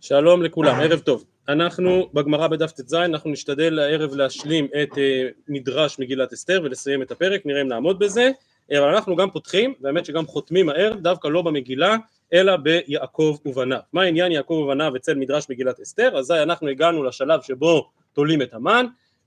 שלום לכולם, ערב טוב. אנחנו בגמרא בדף ט"ז, אנחנו נשתדל הערב להשלים את מדרש מגילת אסתר ולסיים את הפרק, נראה אם נעמוד בזה, אבל אנחנו גם פותחים, והאמת שגם חותמים הערב, דווקא לא במגילה, אלא ביעקב ובניו. מה העניין יעקב ובניו אצל מדרש מגילת אסתר? אזי אנחנו הגענו לשלב שבו תולים את המן,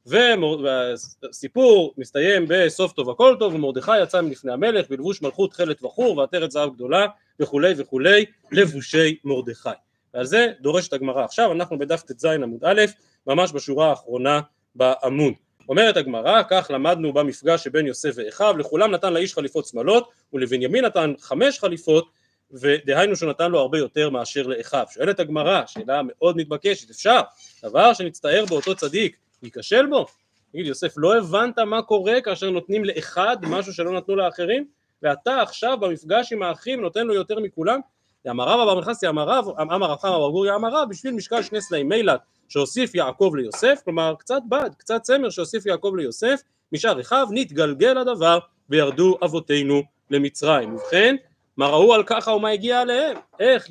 והסיפור מסתיים בסוף טוב הכל טוב, ומרדכי יצא מלפני המלך בלבוש מלכות תכלת וחור ועטרת זהב גדולה וכולי וכולי, לבושי מרדכי. ועל זה דורשת הגמרא עכשיו. אנחנו בדף ט"ז עמוד א', ממש בשורה האחרונה בעמוד. אומרת הגמרא, כך למדנו במפגש שבין יוסף ואחיו, לכולם נתן לאיש חליפות שמלות ולבנימין נתן 5 חליפות, ודהיינו שהוא נתן לו הרבה יותר מאשר לאחיו. שואלת הגמרא, שאלה מאוד מתבקשת, אפשר דבר שנצטער באותו צדיק ייכשל בו? תגיד יוסף, לא הבנת מה קורה כאשר נותנים לאחד משהו שלא נתנו לאחרים, ואתה עכשיו במפגש עם האחים נותן לו יותר מכולם? אמר רבא בר מנחסיה אמר רב חמא בר גוריא אמר רב, בשביל משקל 2 סלעים מילת שהוסיף יעקב ליוסף, כלומר קצת בד, קצת צמר שהוסיף יעקב ליוסף, משאר אחיו נתגלגל הדבר וירדו אבותינו למצרים. ובכן, מה ראו על ככה ומה הגיע עליהם? איך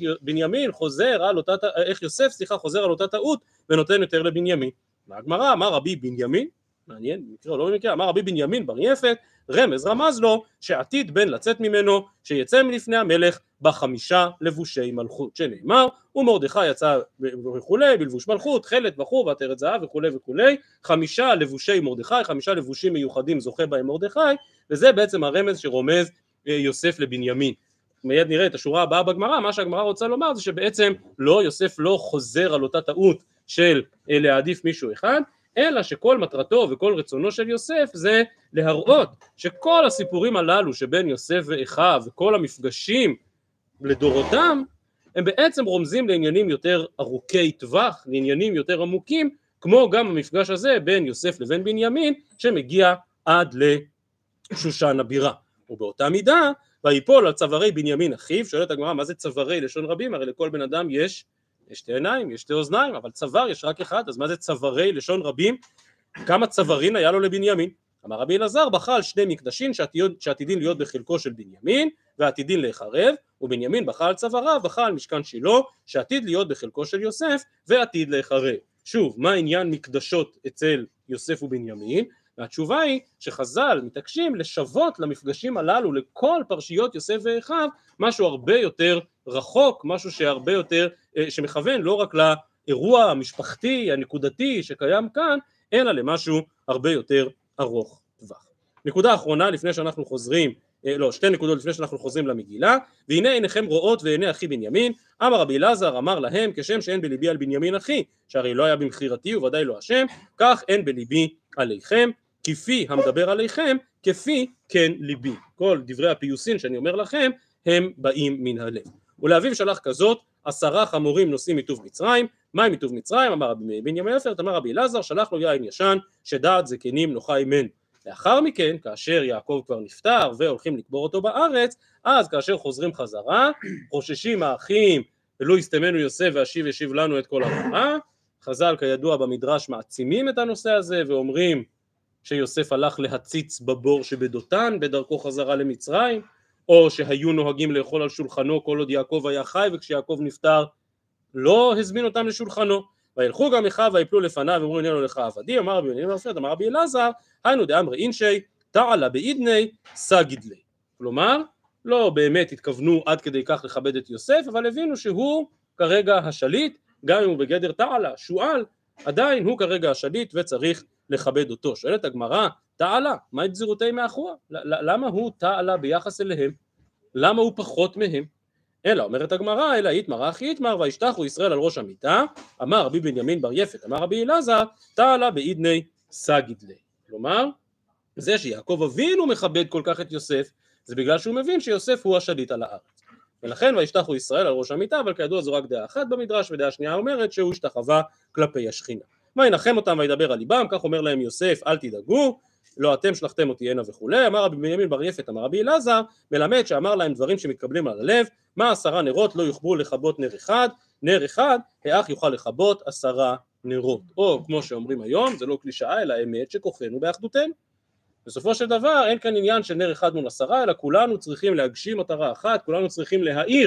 יוסף חוזר על אותה טעות ונותן יותר לבנימין. הגמרא, אמר רבי בנימין, מעניין, במקרה או לא במקרה, אמר רבי בנימין בר יפת, רמז לו שעתיד בן לצאת ממנו, שיצא מלפני המלך ב5 לבושי מלכות, שנאמר ומרדכי יצא וכולי בלבוש מלכות תכלת וחור ועטרת זהב וכולי וכולי, 5 לבושי מרדכי, 5 לבושים מיוחדים זוכה בהם מרדכי, וזה בעצם הרמז שרומז יוסף לבנימין. מיד נראה את השורה הבאה בגמרא. מה שהגמרא רוצה לומר זה שבעצם יוסף לא חוזר על אותה טעות של להעדיף מישהו אחד, אלא שכל מטרתו וכל רצונו של יוסף זה להראות שכל הסיפורים הללו שבין יוסף ואחיו וכל המפגשים לדורותם הם בעצם רומזים לעניינים יותר ארוכי טווח, לעניינים יותר עמוקים, כמו גם המפגש הזה בין יוסף לבין בנימין שמגיע עד לשושן הבירה. ובאותה מידה ויפול על צווארי בנימין אחיו. שואלת הגמרא, מה זה צווארי לשון רבים? הרי לכל בן אדם יש 2 עיניים, יש 2 אוזניים, אבל צוואר יש רק אחד, אז מה זה צווארי לשון רבים? כמה צווארין היה לו לבנימין? אמר רבי אלעזר, בחל 2 מקדשים שעתידין להיות בחלקו של בנימין ועתידין להיחרב, ובנימין בחל צוואריו, בחל משכן שילה שעתיד להיות בחלקו של יוסף ועתיד להיחרב. שוב, מה עניין מקדשות אצל יוסף ובנימין? והתשובה היא שחז"ל מתעקשים לשוות למפגשים הללו, לכל פרשיות יוסף ואחיו, משהו הרבה יותר רחוק, משהו שהרבה יותר, שמכוון לא רק לאירוע המשפחתי הנקודתי שקיים כאן, אלא למשהו הרבה יותר ארוך טווח. נקודה אחרונה לפני שאנחנו חוזרים, 2 נקודות לפני שאנחנו חוזרים למגילה. והנה עיניכם רואות ועיני אחי בנימין, אמר רבי אלעזר אמר להם, כשם שאין בליבי על בנימין אחי, שהרי לא היה במכירתי וודאי לא אשם, כך אין בליבי עליכם, כפי המדבר עליכם, כפי כן ליבי. כל דברי הפיוסין שאני אומר לכם, הם באים מן הלב. ולאביו שלח כזאת, 10 חמורים נושאים מטוב מצרים. מה עם מטוב מצרים? אמר רבי בנימין יפת, אמר רבי אלעזר, שלח לו יין ישן, שדעת זקנים נוחה ממנו. לאחר מכן, כאשר יעקב כבר נפטר והולכים לקבור אותו בארץ, אז כאשר חוזרים חזרה, חוששים האחים, ולא יסתמנו יוסף והשיב ישיב לנו את כל הרעה. חז"ל כידוע במדרש מעצימים את הנושא הזה ואומרים שיוסף הלך להציץ בבור שבדותן בדרכו חזרה למצרים, או שהיו נוהגים לאכול על שולחנו כל עוד יעקב היה חי, וכשיעקב נפטר לא הזמין אותם לשולחנו. וילכו גם אחיו ויפלו לפניו ואמרו הננו לך עבדי. אמר רבי בנימין יפת, אמר רבי אלעזר, היינו דאמרי אינשי תעלה בעידני סגיד לי. כלומר לא באמת התכוונו עד כדי כך לכבד את יוסף, אבל הבינו שהוא כרגע השליט, גם אם הוא בגדר תעלה, שואל, עדיין הוא כרגע השליט וצריך לכבד אותו. שואלת הגמרא, תעלה, מה את גזירותי מאחורה? למה הוא תעלה ביחס אליהם? למה הוא פחות מהם? אלא אומרת הגמרא, אלא יתמר אחי יתמר וישתחו ישראל על ראש המיטה. אמר רבי בנימין בר יפת, אמר רבי אלעזר, תעלה בעידני סגיד לי. כלומר, זה שיעקב אבינו מכבד כל כך את יוסף, זה בגלל שהוא מבין שיוסף הוא השליט על הארץ. ולכן וישתחו ישראל על ראש המיטה, אבל כידוע זו רק דעה אחת במדרש, ודעה שנייה אומרת שהוא השתחווה כלפי השכינה. וינחם אותם וידבר על ליבם, כך אומר להם יוסף, אל תדאגו, לא אתם שלחתם אותי הנה וכולי. אמר רבי בנימין בר יפת, אמר רבי אלעזר, מלמד שאמר להם דברים שמתקבלים על הלב, מה 10 נרות לא יוכלו לכבות נר אחד, נר אחד האח יוכל לכבות 10 נרות. או כמו שאומרים היום, זה לא קלישאה אלא אמת שכוחנו באחדותנו. בסופו של דבר אין כאן עניין של נר אחד מול 10, אלא כולנו צריכים להגשים מטרה אחת, כולנו צריכים להאיר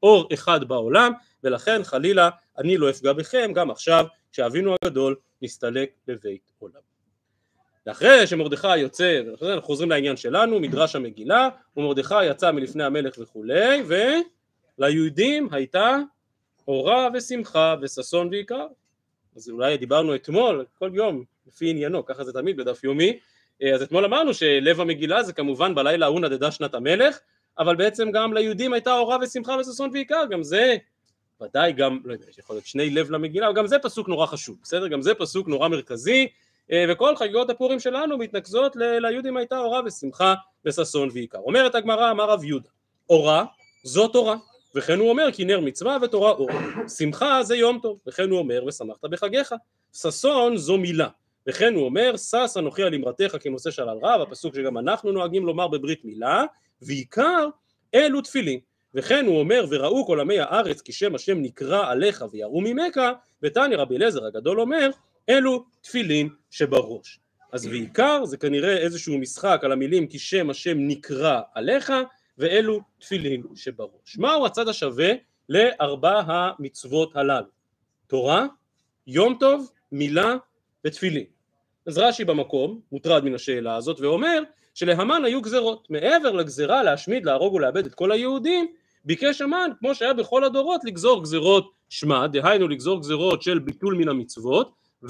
אור אחד בעולם, ולכן חלילה אני לא אפגע בכם גם עכשיו כשאבינו הגדול מסתלק לבית עולם. ואחרי שמרדכי יוצא, אנחנו חוזרים לעניין שלנו, מדרש המגילה, ומרדכי יצא מלפני המלך וכולי, וליהודים הייתה אורה ושמחה וששון ויקר. אז אולי דיברנו אתמול, כל יום לפי עניינו, ככה זה תמיד בדף יומי, אז אתמול אמרנו שלב המגילה זה כמובן בלילה ההוא נדדה שנת המלך, אבל בעצם גם ליהודים הייתה אורה ושמחה וששון ויקר, גם זה ודאי גם, לא יודע, יכול להיות שני לב למגילה, אבל גם זה פסוק נורא חשוב, בסדר? גם זה פסוק נורא מרכזי, וכל חגיגות הפורים שלנו מתנקזות ליהודים הייתה אורה ושמחה וששון ויקר. אומרת הגמרא, אמר רב יהודה, אורה זו תורה, וכן הוא אומר כי נר מצווה ותורה אור, שמחה זה יום טוב, וכן הוא אומר ושמחת בחגיך, ששון זו מילה, וכן הוא אומר שש אנוכי על אמרתך כנושא שלל רב, הפסוק שגם אנחנו נוהגים לומר בברית מילה, ועיקר אלו תפילין, וכן הוא אומר וראו כל עמי הארץ כי שם השם נקרא עליך ויראו ממך, ותניא רבי אליעזר הגדול אומר אלו תפילין שבראש. אז ועיקר זה כנראה איזשהו משחק על המילים כי שם השם נקרא עליך, ואלו תפילין שבראש. מהו הצד השווה לארבע המצוות הללו? תורה, יום טוב, מילה ותפילין. אז רש"י במקום מוטרד מן השאלה הזאת ואומר שלהמן היו גזרות, מעבר לגזרה להשמיד, להרוג ולאבד את כל היהודים, ביקש המן כמו שהיה בכל הדורות לגזור גזרות שמד, דהיינו לגזור גזרות של ביטול מן המצוות,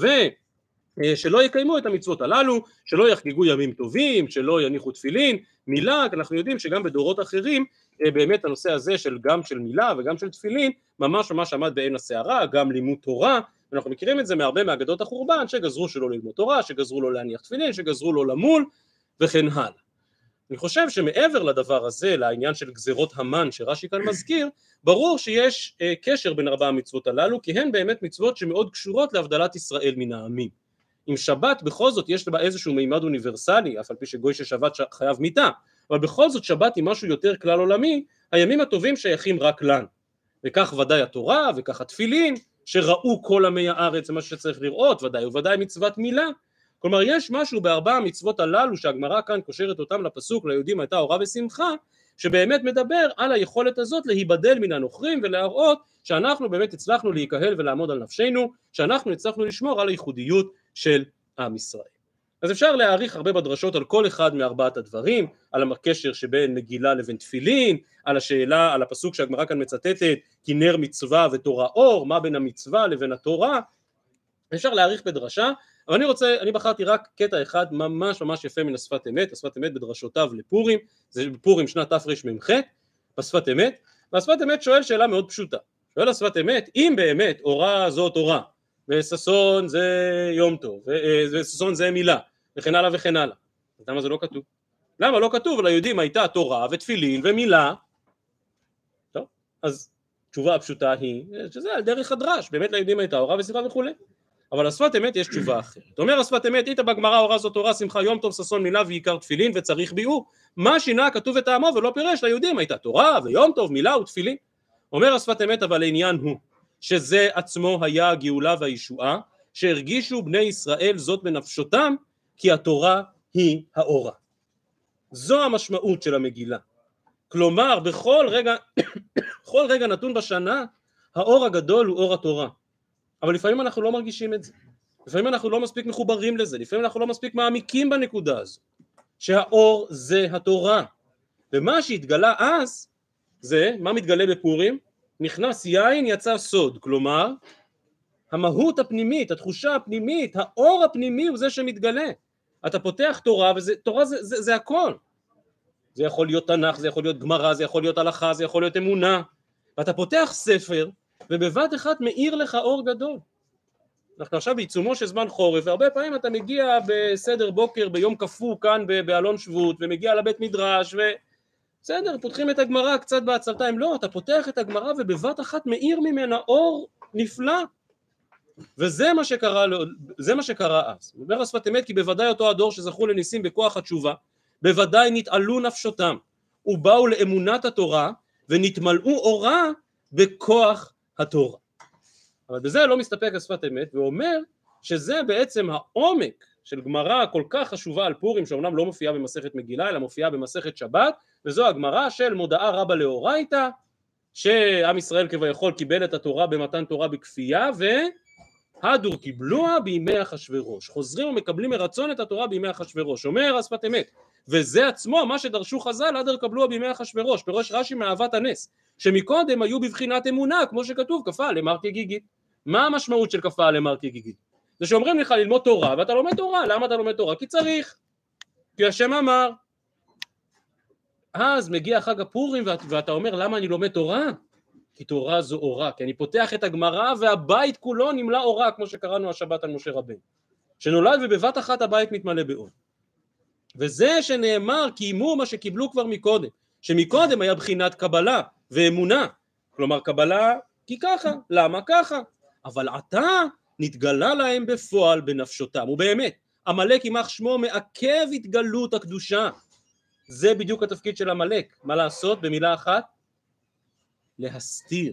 ושלא יקיימו את המצוות הללו, שלא יחגגו ימים טובים, שלא יניחו תפילין, מילה, כי אנחנו יודעים שגם בדורות אחרים באמת הנושא הזה של גם של מילה וגם של תפילין ממש עמד בעין הסערה, גם לימוד תורה, אנחנו מכירים את זה מהרבה מאגדות החורבן שגזרו שלא ללמוד תורה, שגזרו לא להניח תפילין, שגזרו לא למול וכן הלאה. אני חושב שמעבר לדבר הזה, לעניין של גזרות המן שרש"י כאן מזכיר, ברור שיש קשר בין ארבע המצוות הללו, כי הן באמת מצוות שמאוד קשורות להבדלת ישראל מן העמים. אם שבת בכל זאת יש בה איזשהו מימד אוניברסלי, אף על פי שגוי ששבת חייב מיתה, אבל בכל זאת שבת היא משהו יותר כלל עולמי, הימים הטובים שייכים רק לנו. וכך ודאי התורה וכך התפילין, שראו כל עמי הארץ, זה מה שצריך לראות, ודאי וודאי מצוות מילה. כלומר יש משהו בארבע המצוות הללו שהגמרא כאן קושרת אותם לפסוק ליהודים הייתה אורה ושמחה, שבאמת מדבר על היכולת הזאת להיבדל מן הנוכרים ולהראות שאנחנו באמת הצלחנו להיקהל ולעמוד על נפשנו, שאנחנו הצלחנו לשמור על הייחודיות של עם ישראל. אז אפשר להעריך הרבה בדרשות על כל אחד מארבעת הדברים, על הקשר שבין מגילה לבין תפילין, על השאלה, על הפסוק שהגמרא כאן מצטטת, כי נר מצווה ותורה אור, מה בין המצווה לבין התורה, אפשר להעריך בדרשה, אבל אני בחרתי רק קטע אחד ממש יפה מן השפת אמת, השפת אמת בדרשותיו לפורים, זה פורים שנת תרמ"ח, בשפת אמת, והשפת אמת שואל שאלה מאוד פשוטה, שואל השפת אמת, אם באמת אורה זו תורה, וששון זה יום טוב, וששון זה מילה, וכן הלאה וכן הלאה, אז למה זה לא כתוב? למה לא כתוב? ליהודים הייתה תורה ותפילין ומילה, טוב, אז תשובה הפשוטה היא, שזה על דרך הדרש, באמת ליהודים הייתה אורה ושמחה וכו'. אבל השפת אמת יש תשובה אחרת. אומר השפת אמת, איתה בגמרא אורה זו תורה, שמחה יום טוב, ששון מילה ועיקר תפילין וצריך ביאור. מה שינה כתוב וטעמו ולא פירש, ליהודים הייתה תורה ויום טוב, מילה ותפילין. אומר השפת אמת, אבל העניין הוא שזה עצמו היה הגאולה והישועה, שהרגישו בני ישראל זאת בנפשותם, כי התורה היא האורה. זו המשמעות של המגילה. כלומר, בכל רגע נתון בשנה, האור הגדול הוא אור התורה. אבל לפעמים אנחנו לא מרגישים את זה, לפעמים אנחנו לא מספיק מחוברים לזה, לפעמים אנחנו לא מספיק מעמיקים בנקודה הזו, שהאור זה התורה, ומה שהתגלה אז, זה, מה מתגלה בפורים? נכנס יין יצא סוד, כלומר, המהות הפנימית, התחושה הפנימית, האור הפנימי הוא זה שמתגלה, אתה פותח תורה, ותורה זה הכל, זה יכול להיות תנ"ך, זה יכול להיות גמרא, זה יכול להיות הלכה, זה יכול להיות אמונה, ואתה פותח ספר, ובבת אחת מאיר לך אור גדול. אנחנו עכשיו בעיצומו של זמן חורף, והרבה פעמים אתה מגיע בסדר בוקר ביום כפו כאן באלון שבות, ומגיע לבית מדרש, בסדר, פותחים את הגמרא קצת בעצלתיים, לא, אתה פותח את הגמרא ובבת אחת מאיר ממנה אור נפלא, וזה מה שקרה אז. אומר השפת אמת, כי בוודאי אותו הדור שזכו לניסים בכוח התשובה, בוודאי נתעלו נפשותם, ובאו לאמונת התורה, ונתמלאו אורה בכוח התורה. אבל בזה לא מסתפק השפת אמת, ואומר שזה בעצם העומק של גמרא כל כך חשובה על פורים, שאומנם לא מופיעה במסכת מגילה, אלא מופיעה במסכת שבת, וזו הגמרא של מודעה רבה לאורייתא, שעם ישראל כביכול קיבל את התורה במתן תורה בכפייה, והדור קיבלוה בימי אחשוורוש. חוזרים ומקבלים מרצון את התורה בימי אחשוורוש. אומר השפת אמת, וזה עצמו מה שדרשו חז"ל, הדור קבלוה בימי אחשוורוש. פירוש רש"י מאהבת הנס, שמקודם היו בבחינת אמונה, כמו שכתוב, כפה למר כגיגית. מה המשמעות של כפה למר כגיגית? זה שאומרים לך ללמוד תורה, ואתה לומד תורה. למה אתה לומד תורה? כי צריך, כי השם אמר. אז מגיע חג הפורים ואתה אומר למה אני לומד תורה? כי תורה זו אורה, כי אני פותח את הגמרא והבית כולו נמלא אורה, כמו שקראנו השבת על משה רבנו, שנולד ובבת אחת הבית מתמלא באור. וזה שנאמר קיימו מה שקיבלו כבר מקודם, שמקודם היה בחינת קבלה ואמונה, כלומר קבלה כי ככה, למה ככה? אבל עתה נתגלה להם בפועל בנפשותם, ובאמת עמלק יימח שמו מעכב התגלות הקדושה. זה בדיוק התפקיד של עמלק, מה לעשות במילה אחת? להסתיר.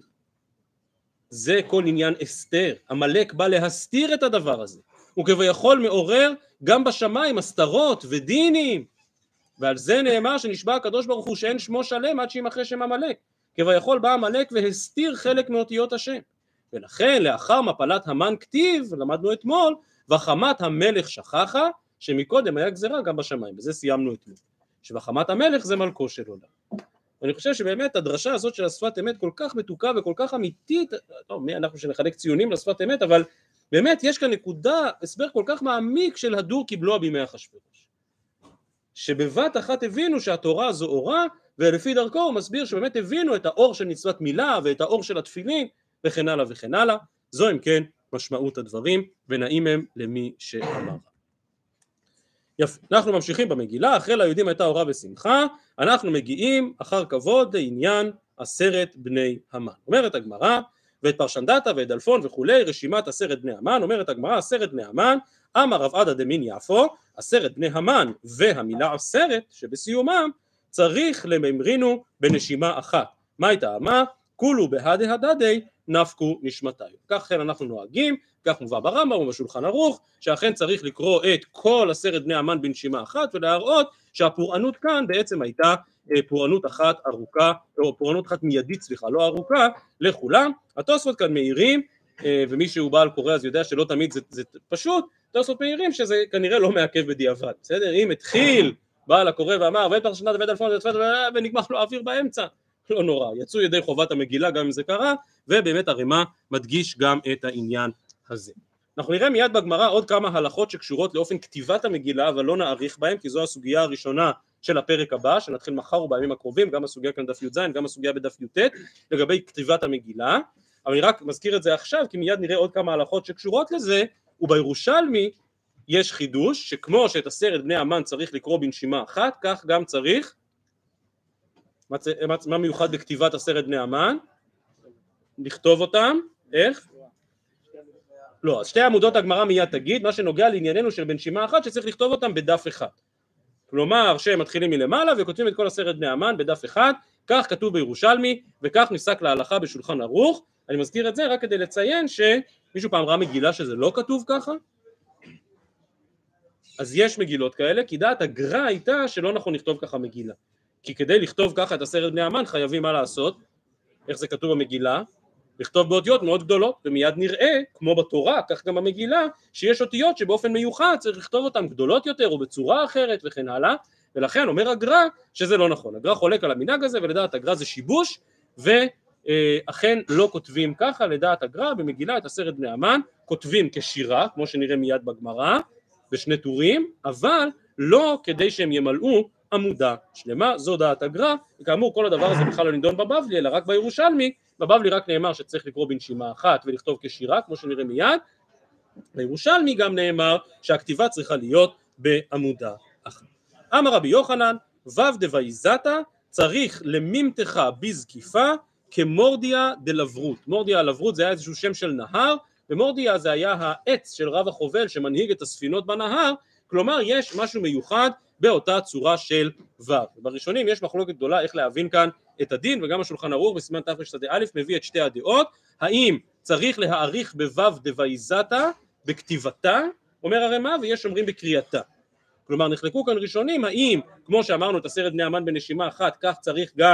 זה כל עניין אסתר, עמלק בא להסתיר את הדבר הזה, הוא כביכול מעורר גם בשמיים הסתרות ודינים, ועל זה נאמר שנשבע הקדוש ברוך הוא שאין שמו שלם עד שימחה שם עמלק, כביכול בא עמלק והסתיר חלק מאותיות השם, ולכן לאחר מפלת המן כתיב, למדנו אתמול, וחמת המלך שכחה, שמקודם היה גזרה גם בשמיים, בזה סיימנו אתמול, שבחמת המלך זה מלכו של עולם. ואני חושב שבאמת הדרשה הזאת של השפת אמת כל כך מתוקה וכל כך אמיתית, טוב, אנחנו שנחלק ציונים לשפת אמת, אבל באמת יש כאן נקודה, הסבר כל כך מעמיק של הדור קיבלוה בימי אחשוורוש, שבבת אחת הבינו שהתורה זו אורה, ולפי דרכו הוא מסביר שבאמת הבינו את האור של מצוות מילה ואת האור של התפילין וכן הלאה וכן הלאה. זו אם כן משמעות הדברים, ונעים הם למי שאמר. יפה, אנחנו ממשיכים במגילה, אחרי ליהודים הייתה אורה ושמחה, אנחנו מגיעים אחר כבוד לעניין 10 בני המן. אומרת הגמרא, ואת פרשנדתא ואת דלפון וכולי, רשימת 10 בני המן, אומרת הגמרא 10 בני המן, אמר רב עדה דמין יפו, 10 בני המן והמילה 10 שבסיומם צריך לממרינו בנשימה אחת. מה הייתה אמה? כולו בהדי הדדי נפקו נשמתיו. כך כן אנחנו נוהגים, כך מובא ברמב"ם ובשולחן ערוך, שאכן צריך לקרוא את כל 10 בני המן בנשימה אחת, ולהראות שהפורענות כאן בעצם הייתה פורענות אחת ארוכה, או פורענות אחת מיידית, סליחה, לא ארוכה, לכולם. התוספות כאן מהירים, ומי שהוא בעל קורא אז יודע שלא תמיד זה פשוט, התוספות מהירים שזה כנראה לא מעכב בדיעבד, בסדר? אם התחיל בעל הקורא ואמר ואת פרשנדתא ואת דלפון ונגמר לו האוויר באמצע, לא נורא, יצאו ידי חובת המגילה גם אם זה קרה, ובאמת הרמ"א מדגיש גם את העניין הזה. אנחנו נראה מיד בגמרא עוד כמה הלכות שקשורות לאופן כתיבת המגילה, אבל לא נאריך בהם כי זו הסוגיה הראשונה של הפרק הבא שנתחיל מחר ובימים הקרובים, גם הסוגיה כאן דף י"ז, גם הסוגיה בדף י"ט לגבי כתיבת המגילה, אבל אני רק מזכיר את זה עכשיו כי מיד נראה עוד כמה הלכות שקשורות לזה. ובירושלמי יש חידוש שכמו שאת 10 בני המן צריך לקרוא בנשימה אחת, כך גם צריך, מה מיוחד בכתיבת 10 בני המן? לכתוב אותם, איך? לא, אז 2 עמודות הגמרא מיד תגיד, מה שנוגע לענייננו של בנשימה אחת שצריך לכתוב אותם בדף אחד, כלומר שהם מתחילים מלמעלה וכותבים את כל 10 בני המן בדף אחד, כך כתוב בירושלמי וכך נפסק להלכה בשולחן ערוך. אני מזכיר את זה רק כדי לציין שמישהו פעם ראה מגילה שזה לא כתוב ככה, אז יש מגילות כאלה, כי דעת הגר"א הייתה שלא נכון לכתוב ככה מגילה, כי כדי לכתוב ככה את 10 בני המן חייבים מה לעשות? איך זה כתוב במגילה? לכתוב באותיות מאוד גדולות, ומיד נראה, כמו בתורה, כך גם במגילה, שיש אותיות שבאופן מיוחד צריך לכתוב אותן גדולות יותר או בצורה אחרת וכן הלאה, ולכן אומר הגר"א שזה לא נכון. הגר"א חולק על המנהג הזה, ולדעת הגר"א זה שיבוש, ואכן לא כותבים ככה. לדעת הגר"א במגילה את 10 בני המן כותבים כשירה, כמו שנראה מיד בגמרא, בשני טורים, אבל לא כדי שהם ימלאו עמודה שלמה. זו דעת הגר"א, וכאמור כל הדבר הזה בכלל לא נידון בבבלי אלא רק בירושלמי. בבבלי רק נאמר שצריך לקרוא בנשימה אחת ולכתוב כשירה כמו שנראה מיד, בירושלמי גם נאמר שהכתיבה צריכה להיות בעמודה אחת. אמר רבי יוחנן וו דוויזתא צריך לממתך בזקיפה כמורדיה דלברות. מורדיה לברות זה היה איזשהו שם של נהר, ומורדיה זה היה העץ של רב החובל שמנהיג את הספינות בנהר, כלומר יש משהו מיוחד באותה צורה של וו. בראשונים יש מחלוקת גדולה איך להבין כאן את הדין, וגם השולחן ערוך בסימן תר"א מביא את שתי הדעות, האם צריך להאריך בוו דוויזתא בכתיבתה, אומר הרמ"א, ויש אומרים בקריאתה. כלומר נחלקו כאן ראשונים האם כמו שאמרנו את 10 בני המן בנשימה אחת כך צריך גם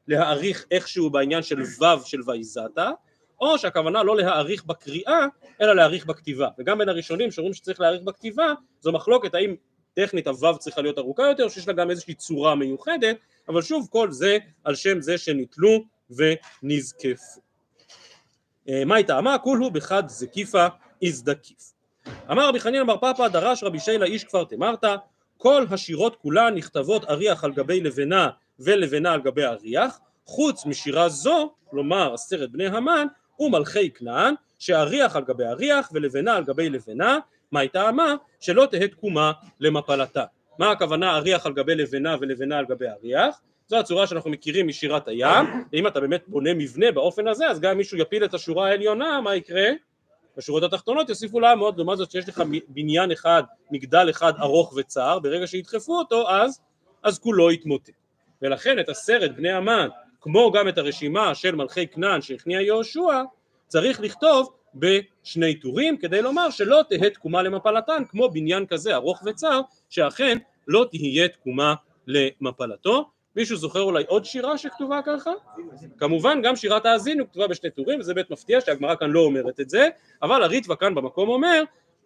להאריך איכשהו בעניין של וו של ויזתה, או שהכוונה לא להאריך בקריאה, אלא להאריך בכתיבה. וגם בין הראשונים שאומרים שצריך להאריך בכתיבה, זו מחלוקת האם טכנית הוו צריכה להיות ארוכה יותר, או שיש לה גם איזושהי צורה מיוחדת, אבל שוב כל זה על שם זה שנתלו ונזקפו. מה היא טעמה? כולהו בחד זקיפה איזדקיף. אמר רבי חנינא בר פפא דרש רבי שיילה איש כפר תמרתא, כל השירות כולן נכתבות אריח על גבי לבנה ולבנה על גבי אריח, חוץ משירה זו, כלומר 10 בני המן ומלכי כנען, שאריח על גבי אריח ולבנה על גבי לבנה. מה היא טעמה? שלא תהא תקומה למפלתה. מה הכוונה אריח על גבי לבנה ולבנה על גבי אריח? זו הצורה שאנחנו מכירים משירת הים, ואם אתה באמת בונה מבנה באופן הזה, אז גם מישהו יפיל את השורה העליונה, מה יקרה? בשורות התחתונות יוסיפו לה מאוד, לעומת זאת שיש לך בניין אחד, מגדל אחד ארוך וצר, ברגע שידחפו אותו אז כולו יתמוטט. ולכן את 10 בני המן, כמו גם את הרשימה של מלכי כנען שהכניע יהושע, צריך לכתוב בשני טורים, כדי לומר שלא תהא תקומה למפלתן, כמו בניין כזה ארוך וצר, שאכן לא תהיה תקומה למפלתו. מישהו זוכר אולי עוד שירה שכתובה ככה? כמובן גם שירת האזינו כתובה בשני טורים, וזה בית מפתיע שהגמרא כאן לא אומרת את זה, אבל הריטב"א כאן במקום אומר,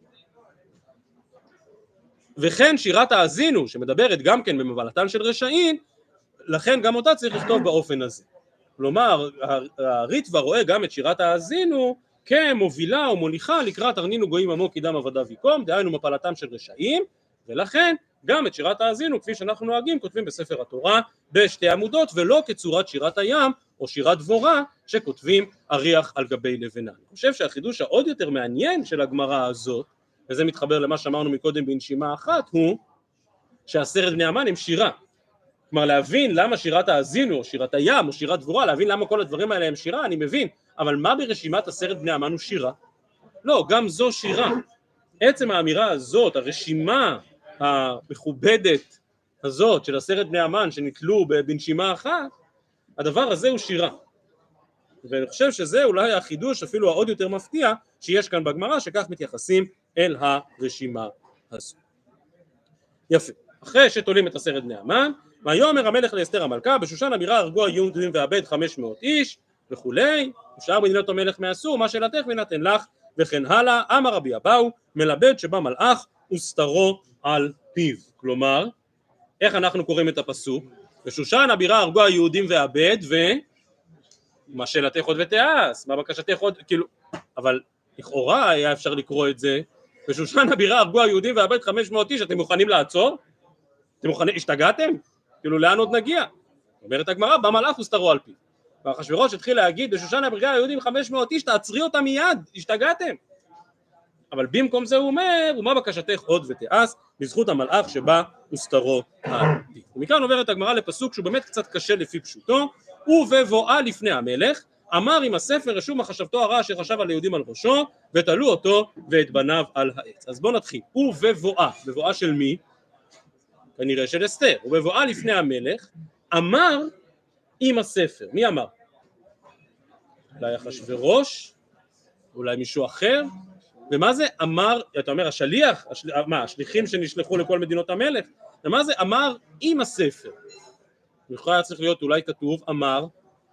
וכן שירת האזינו שמדברת גם כן במפלתן של רשעים, לכן גם אותה צריך לכתוב באופן הזה. כלומר הריטב"א רואה גם את שירת האזינו כמובילה או מוליכה לקראת ארנינו גויים עמו קידם עבדיו יקום, דהיינו מפלתם של רשעים, ולכן גם את שירת האזינו כפי שאנחנו נוהגים כותבים בספר התורה בשתי עמודות, ולא כצורת שירת הים או שירת דבורה שכותבים אריח על גבי לבנה. אני חושב שהחידוש העוד יותר מעניין של הגמרא הזאת, וזה מתחבר למה שאמרנו מקודם בנשימה אחת, הוא ש10 בני המן הם שירה. כלומר להבין למה שירת האזינו או שירת הים או שירת דבורה, להבין למה כל הדברים האלה הם שירה, אני מבין, אבל מה ברשימת 10 בני המן הוא שירה? לא, גם זו שירה. עצם האמירה הזאת, הרשימה המכובדת הזאת של 10 בני המן שנתלו בנשימה אחת, הדבר הזה הוא שירה. ואני חושב שזה אולי החידוש אפילו העוד יותר מפתיע שיש כאן בגמרא, שכך מתייחסים אל הרשימה הזו. יפה. אחרי שתולים את 10 בני המן, ויאמר המלך לאסתר המלכה, בשושן הבירה הרגו היהודים ואבד 500 איש וכולי, ושאר מדינות המלך מאסור, מה שאלתך ונתן לך, וכן הלאה. אמר רבי אבאו, מלבד שבא מלאך וסתרו על פיו. כלומר, איך אנחנו קוראים את הפסוק? בשושן הבירה הרגו היהודים ואבד, ומה שאלתך עוד ותעש, מה בקשתך עוד, כאילו, אבל לכאורה היה אפשר לקרוא את זה, בשושן הבירה הרגו היהודים ואבד 500 איש, אתם מוכנים לעצור? אתם מוכנים, השתגעתם? כאילו לאן עוד נגיע? אומרת הגמרא, בא מלאך וסתרו על פיו. ואחשוורוש התחיל להגיד, בשושן הבירה היהודים 500 איש, תעצרי אותם מיד, השתגעתם? אבל במקום זה הוא אומר, ומה בקשתך עוד ותעש, בזכות המלאך שבא וסתרו על פיו. ומכאן עוברת הגמרא לפסוק שהוא באמת קצת קשה לפי פשוטו, ובבואה לפני המלך, אמר עם הספר רשום מחשבתו הרע אשר חשב על היהודים על ראשו, ותלו אותו ואת בניו על העץ. אז בואו נתחיל. ובבואה, בבואה של מי? כנראה של אסתר. ובבואה לפני המלך, אמר עם הספר. מי אמר? אולי אחשוורוש? אולי מישהו אחר? ומה זה אמר? אתה אומר השליח? מה? השליחים שנשלחו לכל מדינות המלך? ומה זה אמר עם הספר? בכלל צריך להיות אולי כתוב אמר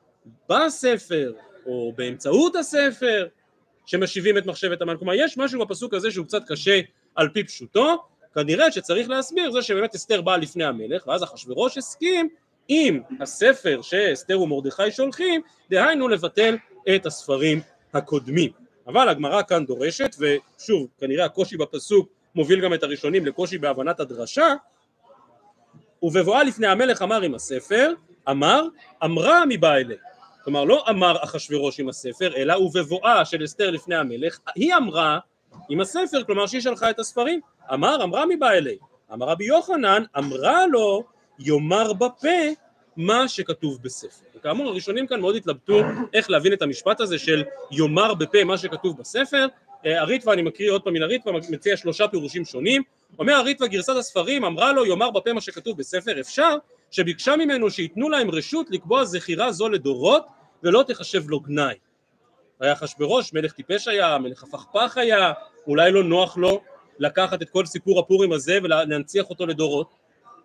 בספר או באמצעות הספר שמשיבים את מחשבת המן. כלומר יש משהו בפסוק הזה שהוא קצת קשה על פי פשוטו, כנראה שצריך להסביר זה שבאמת אסתר באה לפני המלך, ואז אחשוורוש הסכים עם הספר שאסתר ומרדכי שולחים, דהיינו לבטל את הספרים הקודמים. אבל הגמרא כאן דורשת, ושוב כנראה הקושי בפסוק מוביל גם את הראשונים לקושי בהבנת הדרשה, ובבואה לפני המלך אמר עם הספר, אמר, אמרה מבא אליה. כלומר לא אמר אחשוורוש עם הספר, אלא ובבואה של אסתר לפני המלך, היא אמרה עם הספר, כלומר שהיא שלחה את הספרים. אמרה מבא אליה. אמר רבי יוחנן, אמרה לו, יאמר בפה מה שכתוב בספר. וכאמור הראשונים כאן מאוד התלבטו איך להבין את המשפט הזה של יאמר בפה מה שכתוב בספר. הריטב"א, אני מקריא עוד פעם מן הריטב"א, מציע 3 פירושים שונים. אומר הריטב"א גרסת הספרים, אמרה לו יאמר בפה מה שכתוב בספר, אפשר שביקשה ממנו שיתנו להם רשות לקבוע זכירה זו לדורות ולא תחשב לו גנאי. היה אחשוורוש, מלך טיפש היה, מלך הפכפך היה, אולי לא נוח לו לקחת את כל סיפור הפורים הזה ולהנציח אותו לדורות,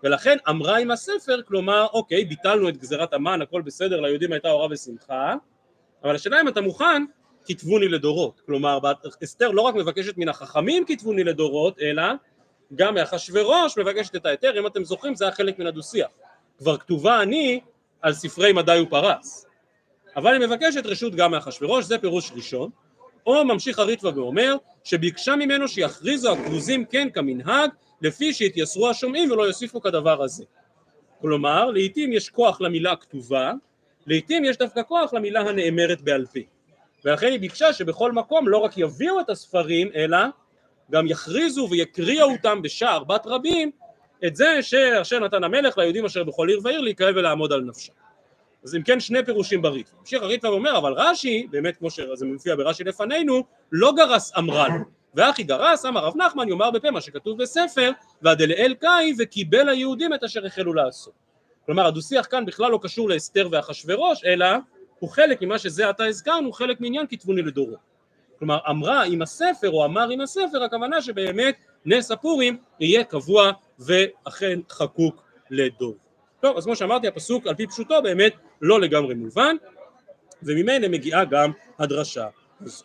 ולכן אמרה עם הספר, כלומר, אוקיי, ביטלנו את גזירת המן, הכל בסדר, ליהודים הייתה אורה ושמחה, אבל השאלה אם אתה מוכן, כתבוני לדורות. כלומר, אסתר לא רק מבקשת מן החכמים כתבוני לדורות, אלא גם מאחשוורוש מבקשת את ההיתר. אם אתם זוכרים, זה היה חלק מן הדו-שיח. כבר כתובה אני על ספרי מדי ופרס. אבל היא מבקשת רשות גם מאחשוורוש, זה פירוש ראשון. או ממשיך הריטב"א ואומר, שביקשה ממנו שיכריזו הכרוזים כן כמנהג, לפי שהתייסרו השומעים ולא יוסיפו כדבר הזה. כלומר, לעתים יש כוח למילה הכתובה, לעתים יש דווקא כוח למילה הנאמרת בעל פה. ולכן היא ביקשה שבכל מקום לא רק יביאו את הספרים, אלא גם יכריזו ויקריאו אותם בשער בת רבים, את זה שאשר נתן המלך ליהודים אשר בכל עיר ועיר להיקרא ולעמוד על נפשם. אז אם כן, שני פירושים בריטב"א. ממשיך הריטב"א ואומר, אבל רש"י, באמת כמו שזה מופיע ברש"י לפנינו, לא גרס אמרה לו. ואחי גרס, אמר רב נחמן, יאמר בפה מה שכתוב בספר, והדלאל קאי וקיבל היהודים את אשר החלו לעשות. כלומר, הדו-שיח כאן בכלל לא קשור לאסתר ואחשוורוש, אלא הוא חלק ממה שזה עתה הזכרנו, חלק מעניין כתבוני לדורות. כלומר, אמרה עם הספר או אמר עם הספר, הכוונה שבאמת נס הפורים יהיה קבוע ואכן חקוק לדור. טוב, אז כמו שאמרתי, הפסוק על פי פשוטו באמת לא לגמרי מובן, וממילא מגיעה גם הדרשה הזו.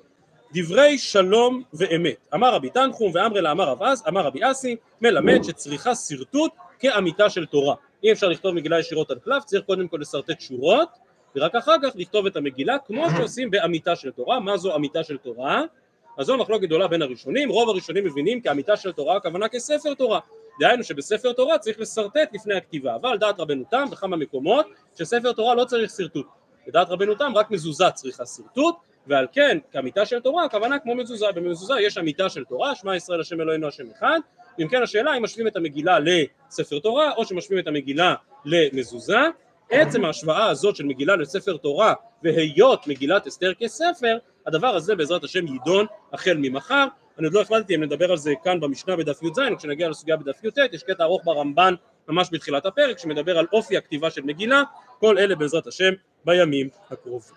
דברי שלום ואמת. אמר רבי תנחום ואמרי לה אמר רב אס, אמר רבי אסי, מלמד שצריכה שרטוט כאמיתה של תורה. אי אפשר לכתוב מגילה ישירות על קלף, צריך קודם כל לסרטט שורות, ורק אחר כך לכתוב את המגילה כמו שעושים באמיתה של תורה. מה זו אמיתה של תורה? אז זו מחלוקת גדולה בין הראשונים. רוב הראשונים מבינים כאמיתה של תורה הכוונה כספר תורה. דהיינו שבספר תורה צריך לסרטט לפני הכתיבה, אבל דעת רבנו תם בכמה מקומות שספר תורה לא צריך שרטוט. בדעת רבנו תם רק מזוזה צריכה שרטוט, ועל כן כאמיתה של תורה הכוונה כמו מזוזה. במזוזה יש אמיתה של תורה, שמע ישראל השם אלוהינו השם אחד. אם כן השאלה אם משווים את המגילה לספר תורה או שמשווים את המגילה למזוזה. עצם ההשוואה הזאת של מגילה לספר תורה והיות מגילת אסתר כספר, הדבר הזה בעזרת השם יידון החל ממחר. אני עוד לא החלטתי אם נדבר על זה כאן במשנה בדף י"ז, כשנגיע לסוגיה בדף י"ט, יש קטע ארוך ברמב"ן ממש בתחילת הפרק שמדבר על אופי הכתיבה של מגילה. כל אלה בעזרת השם בימים הקרובים.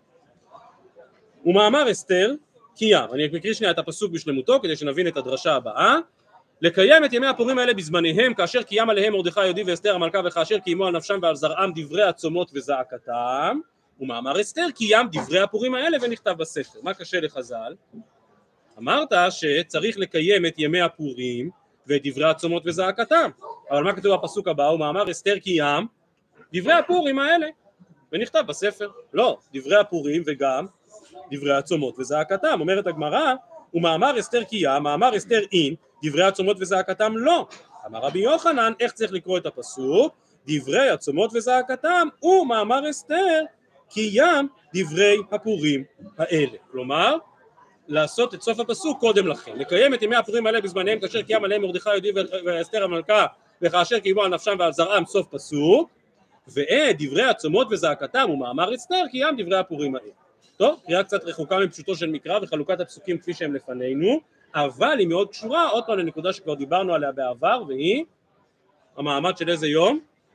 ומאמר אסתר קיים, אני מקריא שנייה את הפסוק בשלמותו כדי שנבין את הדרשה הבאה. לקיים את ימי הפורים האלה בזמניהם, כאשר קיים עליהם מרדכי היהודי ואסתר המלכה, וכאשר קיימו על נפשם ועל זרעם דברי הצומות וזעקתם. ומאמר אסתר קיים דברי הפורים האלה ונכתב בספר. מה קשה לחז"ל? אמרת שצריך לקיים את ימי הפורים ואת דברי הצומות וזעקתם, אבל מה כתוב בפסוק הבא? ומאמר אסתר קיים דברי הפורים האלה ונכתב בספר. לא, דברי הפורים וגם דברי הצומות וזעקתם. אומרת הגמרא, ומאמר אסתר קיים, מאמר אסתר אין, דברי הצומות וזעקתם לא. אמר רבי יוחנן, איך צריך לקרוא את הפסוק? דברי הצומות וזעקתם ומאמר אסתר קיים דברי הפורים האלה. כלומר, לעשות את סוף הפסוק קודם לכן. לקיים את ימי הפורים האלה בזמניהם, כאשר קיים עליהם מרדכי היהודי ואסתר המלכה, וכאשר קיימו על נפשם ועל זרעם, סוף פסוק. ואת דברי הצומות וזעקתם ומאמר אסתר קיים דברי הפורים האלה. טוב, קריאה קצת רחוקה מפשוטו של מקרא וחלוקת הפסוקים כפי שהם לפנינו, אבל היא מאוד קשורה עוד פעם לנקודה שכבר דיברנו עליה בעבר, והיא המעמד של איזה יום?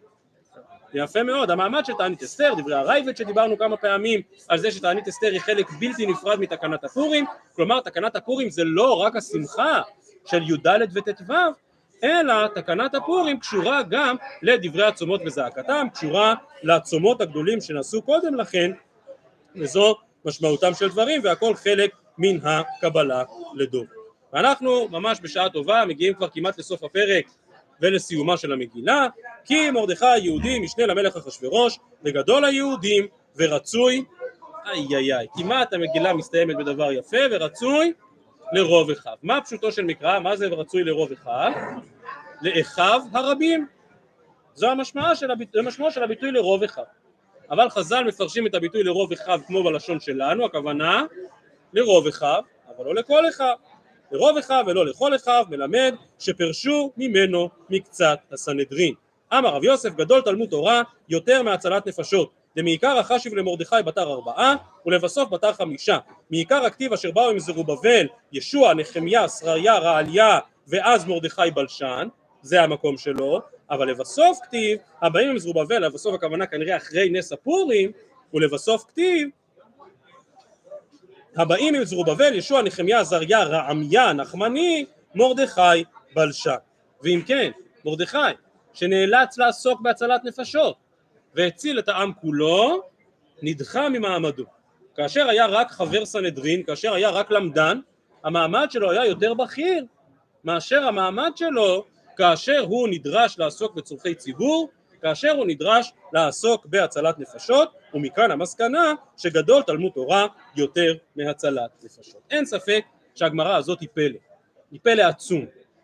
יפה מאוד, המעמד של תענית אסתר, דברי הרייבד שדיברנו כמה פעמים על זה שתענית אסתר היא חלק בלתי נפרד מתקנת הפורים. כלומר, תקנת הפורים זה לא רק השמחה של י"ד וט"ו, אלא תקנת הפורים קשורה גם לדברי הצומות וזעקתם, קשורה לצומות הגדולים שנעשו קודם לכן, וזו משמעותם של דברים, והכל חלק מן הקבלה לדור. ואנחנו ממש בשעה טובה מגיעים כבר כמעט לסוף הפרק ולסיומה של המגילה. כי מרדכי היהודי משנה למלך אחשוורוש וגדול היהודים ורצוי, כמעט המגילה מסתיימת בדבר יפה, ורצוי לרוב אחיו. מה פשוטו של מקרא? מה זה ורצוי לרוב אחיו? לאחיו הרבים. זו המשמעות של הביטוי לרוב אחיו. אבל חז"ל מפרשים את הביטוי לרוב אחיו כמו בלשון שלנו, הכוונה לרוב אחיו, אבל לא לכל אחיו. לרוב אחיו ולא לכל אחיו, מלמד שפרשו ממנו מקצת הסנהדרין. אמר רב יוסף, גדול תלמוד תורה יותר מהצלת נפשות, למעיקר החשיב למרדכי בתר 4 ולבסוף בתר 5. מעיקר הכתיב אשר באו עם זרובבל, ישוע, נחמיה, שריה, רעליה ואז מרדכי בלשן, זה המקום שלו. אבל לבסוף כתיב הבאים עם זרובבל, לבסוף הכוונה כנראה אחרי נס הפורים, ולבסוף כתיב הבאים עם זרובבל, ישוע, נחמיה, עזריה, רעמיה, נחמני, מרדכי בלשן. ואם כן, מרדכי שנאלץ לעסוק בהצלת נפשות והציל את העם כולו, נדחה ממעמדו. כאשר היה רק חבר סנהדרין, כאשר היה רק למדן, המעמד שלו היה יותר בכיר מאשר המעמד שלו כאשר הוא נדרש לעסוק בצורכי ציבור, כאשר הוא נדרש לעסוק בהצלת נפשות, ומכאן המסקנה שגדול תלמוד תורה יותר מהצלת נפשות. אין ספק שהגמרא הזאת היא פלא עצום.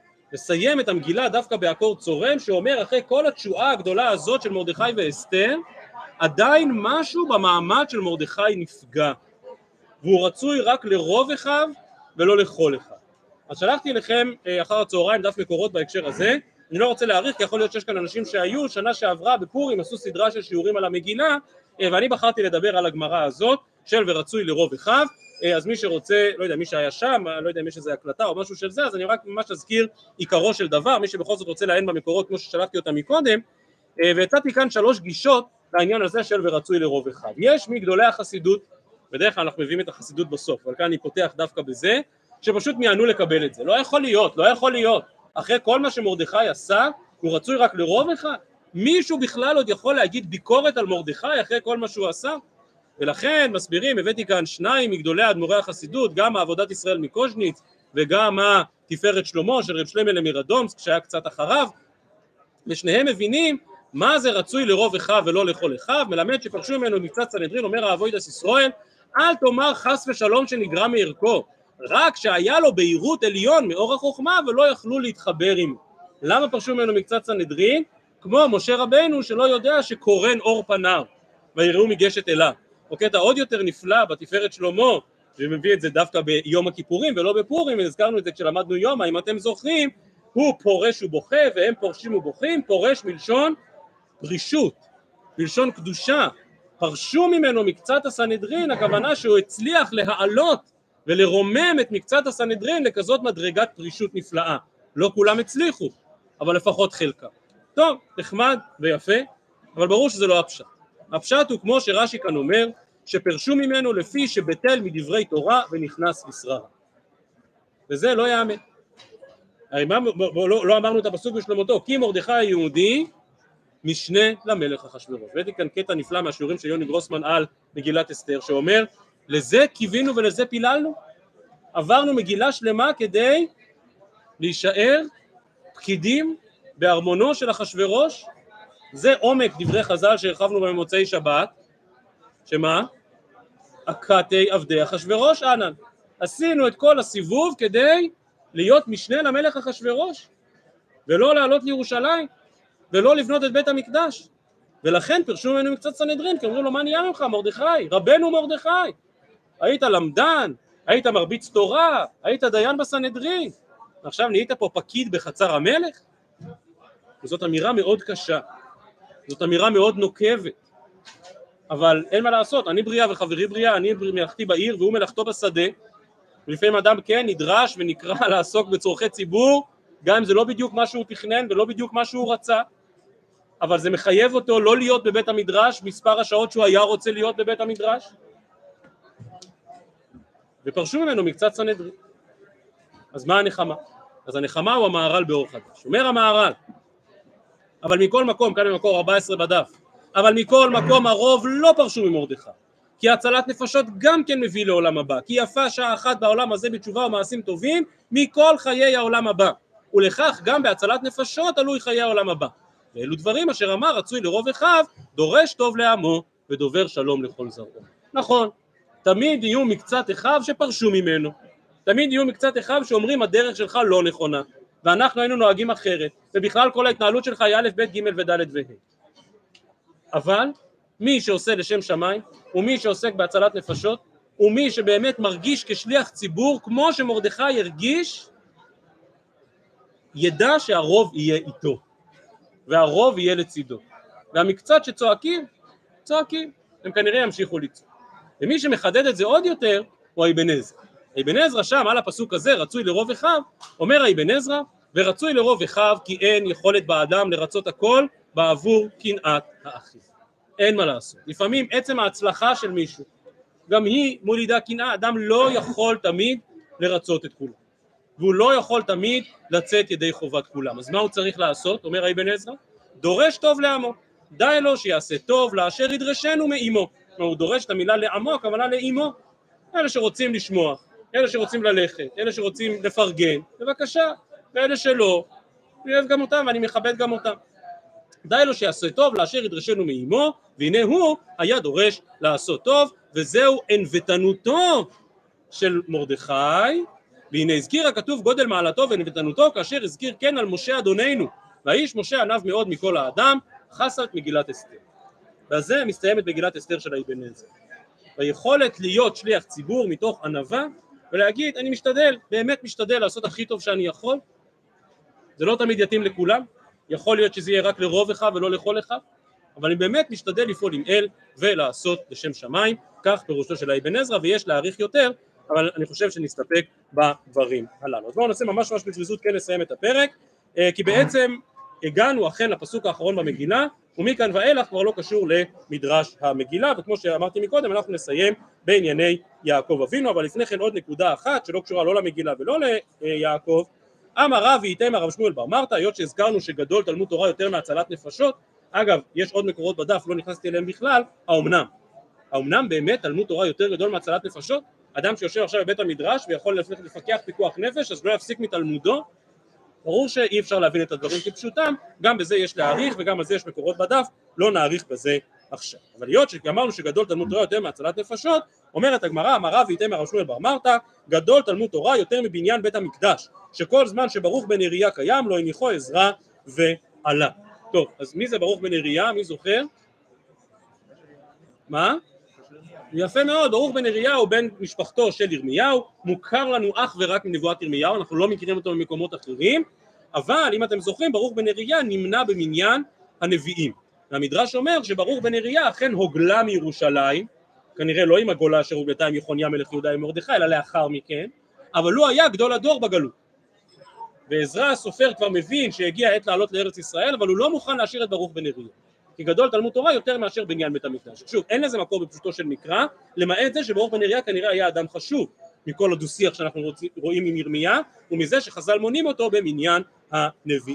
לסיים את המגילה דווקא באקורד צורם שאומר אחרי כל התשועה הגדולה הזאת של מרדכי ואסתר, עדיין משהו במעמד של מרדכי נפגע, והוא רצוי רק לרוב אחיו ולא לכל אחד. אז שלחתי לכם אחר הצהריים דף מקורות בהקשר הזה, אני לא רוצה להאריך כי יכול להיות שיש כאן אנשים שהיו שנה שעברה בפורים, עשו סדרה של שיעורים על המגילה, ואני בחרתי לדבר על הגמרא הזאת של ורצוי לרוב אחיו. אז מי שרוצה, לא יודע, מי שהיה שם, לא יודע אם יש איזה הקלטה או משהו של זה, אז אני רק ממש אזכיר עיקרו של דבר, מי שבכל זאת רוצה לעיין במקורות כמו ששלחתי אותם מקודם, והצעתי כאן 3 גישות לעניין הזה של ורצוי לרוב אחיו. יש מגדולי החסידות, בדרך כלל אנחנו מביאים את החסידות בסוף, אבל כאן אני פותח דווקא בזה, שפשוט מיענו לקבל את זה. לא יכול להיות. אחרי כל מה שמרדכי עשה, הוא רצוי רק לרוב אחד? מישהו בכלל עוד יכול להגיד ביקורת על מרדכי אחרי כל מה שהוא עשה? ולכן מסבירים, הבאתי כאן 2 מגדולי אדמו"רי החסידות, גם העבודת ישראל מקוז'ניץ וגם התפארת שלמה של רב שלמה מרדומסק שהיה קצת אחריו, ושניהם מבינים מה זה רצוי לרוב אחיו ולא לכל אחיו. מלמד שפרשו ממנו מקצת סנהדרין, אומר האבוידס ישראל, אל תאמר חס ושלום שנגרע מערכו, רק שהיה לו בהירות עליון מאור החוכמה ולא יכלו להתחבר עמו. למה פרשו ממנו מקצת סנהדרין? כמו משה רבנו שלא יודע שקורן אור פניו ויראו מגשת אליו. או קטע עוד יותר נפלא בתפארת שלמה, ומביא את זה דווקא ביום הכיפורים ולא בפורים, הזכרנו את זה כשלמדנו יומא, אם אתם זוכרים, הוא פורש ובוכה והם פורשים ובוכים. פורש מלשון פרישות, מלשון קדושה. פרשו ממנו מקצת הסנהדרין, הכוונה שהוא הצליח להעלות ולרומם את מקצת הסנהדרין לכזאת מדרגת פרישות נפלאה. לא כולם הצליחו, אבל לפחות חלקם. טוב, נחמד ויפה, אבל ברור שזה לא הפשט. הפשט הוא כמו שרש"י כאן אומר, שפרשו ממנו לפי שבטל מדברי תורה ונכנס לשררה. וזה לא יאמן. לא אמרנו את הפסוק בשלמותו, כי מרדכי היהודי משנה למלך אחשוורוש. הבאתי כאן קטע נפלא מהשיעורים של יוני גרוסמן על מגילת אסתר, שאומר, לזה קיווינו ולזה פיללנו? עברנו מגילה שלמה כדי להישאר פקידים בארמונו של אחשוורוש? זה עומק דברי חז"ל שהרחבנו במוצאי שבת, שמה? הכתי עבדי אחשוורוש ענן. עשינו את כל הסיבוב כדי להיות משנה למלך אחשוורוש, ולא לעלות לירושלים, ולא לבנות את בית המקדש. ולכן פרשו ממנו מקצת סנהדרין, כי אמרו לו, מה נהיה ממך מרדכי? רבנו מרדכי. היית למדן, היית מרביץ תורה, היית דיין בסנהדרין, עכשיו נהיית פה פקיד בחצר המלך? וזאת אמירה מאוד קשה, זאת אמירה מאוד נוקבת, אבל אין מה לעשות, אני בריאה וחברי בריאה, אני מלאכתי בעיר והוא מלאכתו בשדה, ולפעמים אדם כן נדרש ונקרא לעסוק בצורכי ציבור, גם אם זה לא בדיוק מה שהוא תכנן ולא בדיוק מה שהוא רצה, אבל זה מחייב אותו לא להיות בבית המדרש מספר השעות שהוא היה רוצה להיות בבית המדרש, ופרשו ממנו מקצת סנהדרין. אז מה הנחמה? אז הנחמה הוא המהר"ל באור חדש. אומר המהר"ל, אבל מכל מקום, כאן במקור 14 בדף, אבל מכל מקום הרוב לא פרשו ממרדכי, כי הצלת נפשות גם כן מביא לעולם הבא, כי יפה שעה אחת בעולם הזה בתשובה ומעשים טובים מכל חיי העולם הבא, ולכך גם בהצלת נפשות עלוי חיי העולם הבא. ואלו דברים אשר אמר רצוי לרוב אחיו, דורש טוב לעמו ודובר שלום לכל זרעו. נכון, תמיד יהיו מקצת אחיו שפרשו ממנו, תמיד יהיו מקצת אחיו שאומרים הדרך שלך לא נכונה, ואנחנו היינו נוהגים אחרת, ובכלל כל ההתנהלות שלך היא א' ב' ג' וד' וה'. אבל מי שעושה לשם שמיים, ומי שעוסק בהצלת נפשות, ומי שבאמת מרגיש כשליח ציבור, כמו שמרדכי הרגיש, ידע שהרוב יהיה איתו, והרוב יהיה לצידו. והמקצת שצועקים, צועקים, הם כנראה ימשיכו לצעוק. ומי שמחדד את זה עוד יותר, הוא אבן עזרא. אבן עזרא שם על הפסוק הזה, רצוי לרוב אחיו, אומר אבן עזרא, ורצוי לרוב אחיו כי אין יכולת באדם לרצות הכל בעבור קנאת האחים. אין מה לעשות. לפעמים עצם ההצלחה של מישהו, גם היא מולידה קנאה. אדם לא יכול תמיד לרצות את כולם, והוא לא יכול תמיד לצאת ידי חובת כולם. אז מה הוא צריך לעשות? אומר אבן עזרא, דורש טוב לעמו, די לו שיעשה טוב לאשר ידרשנו מאמו. הוא דורש את המילה לעמו, הכוונה לאמו, אלה שרוצים לשמוע, אלה שרוצים ללכת, אלה שרוצים לפרגן, בבקשה, ואלה שלא, אני אוהב גם אותם ואני מכבד גם אותם. די לו שיעשה טוב לאשר ידרשנו מאמו, והנה הוא היה דורש לעשות טוב, וזהו ענוותנותו של מרדכי, והנה הזכיר הכתוב גודל מעלתו וענוותנותו, כאשר הזכיר כן על משה אדוננו, והאיש משה ענב מאוד מכל האדם, חסה את מגילת אסתר. בזה מסתיימת מגילת אסתר של האבן עזרא. והיכולת להיות שליח ציבור מתוך ענווה, ולהגיד אני משתדל, באמת משתדל לעשות הכי טוב שאני יכול, זה לא תמיד יתאים לכולם, יכול להיות שזה יהיה רק לרוב אחד ולא לכל אחד, אבל אני באמת משתדל לפעול עם אל ולעשות לשם שמיים, כך פירושו של האבן עזרא, ויש להאריך יותר, אבל אני חושב שנסתפק בדברים הללו. אז בואו נעשה ממש בזריזות כן לסיים את הפרק, כי בעצם הגענו אכן לפסוק האחרון במגילה, ומכאן ואילך כבר לא קשור למדרש המגילה, וכמו שאמרתי מקודם אנחנו נסיים בענייני יעקב אבינו, אבל לפני כן עוד נקודה אחת שלא קשורה לא למגילה ולא ליעקב. אמר רב ואיתם הרב שמואל בר מרתא, היות שהזכרנו שגדול תלמוד תורה יותר מהצלת נפשות, אגב יש עוד מקורות בדף לא נכנסתי אליהם בכלל, האומנם באמת תלמוד תורה יותר גדול מהצלת נפשות? אדם שיושב עכשיו בבית המדרש ויכול לפקח פיקוח נפש אז לא יפסיק מתלמודו? ברור שאי אפשר להבין את הדברים כפשוטם, גם בזה יש להאריך וגם על זה יש מקורות בדף, לא נאריך בזה עכשיו. אבל היות שאמרנו שגדול תלמוד תורה יותר מהצלת נפשות, אומרת הגמרא, אמר רב ואיתם הרב שמואל בר מרתא, גדול תלמוד תורה יותר מבניין בית המקדש, שכל זמן שברוך בן נריה קיים לא הניחו עזרא ועלה. טוב, אז מי זה ברוך בן נריה? מי זוכר? מה? יפה מאוד, ברוך בן נריה הוא בן משפחתו של ירמיהו, מוכר לנו אך ורק מנבואת ירמיהו, אנחנו לא מכירים אותו ממקומות אחרים, אבל אם אתם זוכרים, ברוך בן נריה נמנה במניין הנביאים. והמדרש אומר שברוך בן נריה אכן הוגלה מירושלים, כנראה לא עם הגולה אשר הוגלתה עם יחוניה מלך יהודה ומרדכי, אלא לאחר מכן, אבל הוא היה גדול הדור בגלות. ועזרא הסופר כבר מבין שהגיע העת לעלות לארץ ישראל, אבל הוא לא מוכן להשאיר את ברוך בן נריה. כי גדול תלמוד תורה יותר מאשר בניין בית המקדש. שוב, אין לזה מקור בפשוטו של מקרא, למעט זה שברוך בן נריה כנראה היה אדם חשוב מכל הדו שיח שאנחנו רואים עם ירמיה, ומזה שחז"ל מונים אותו במניין הנביאים.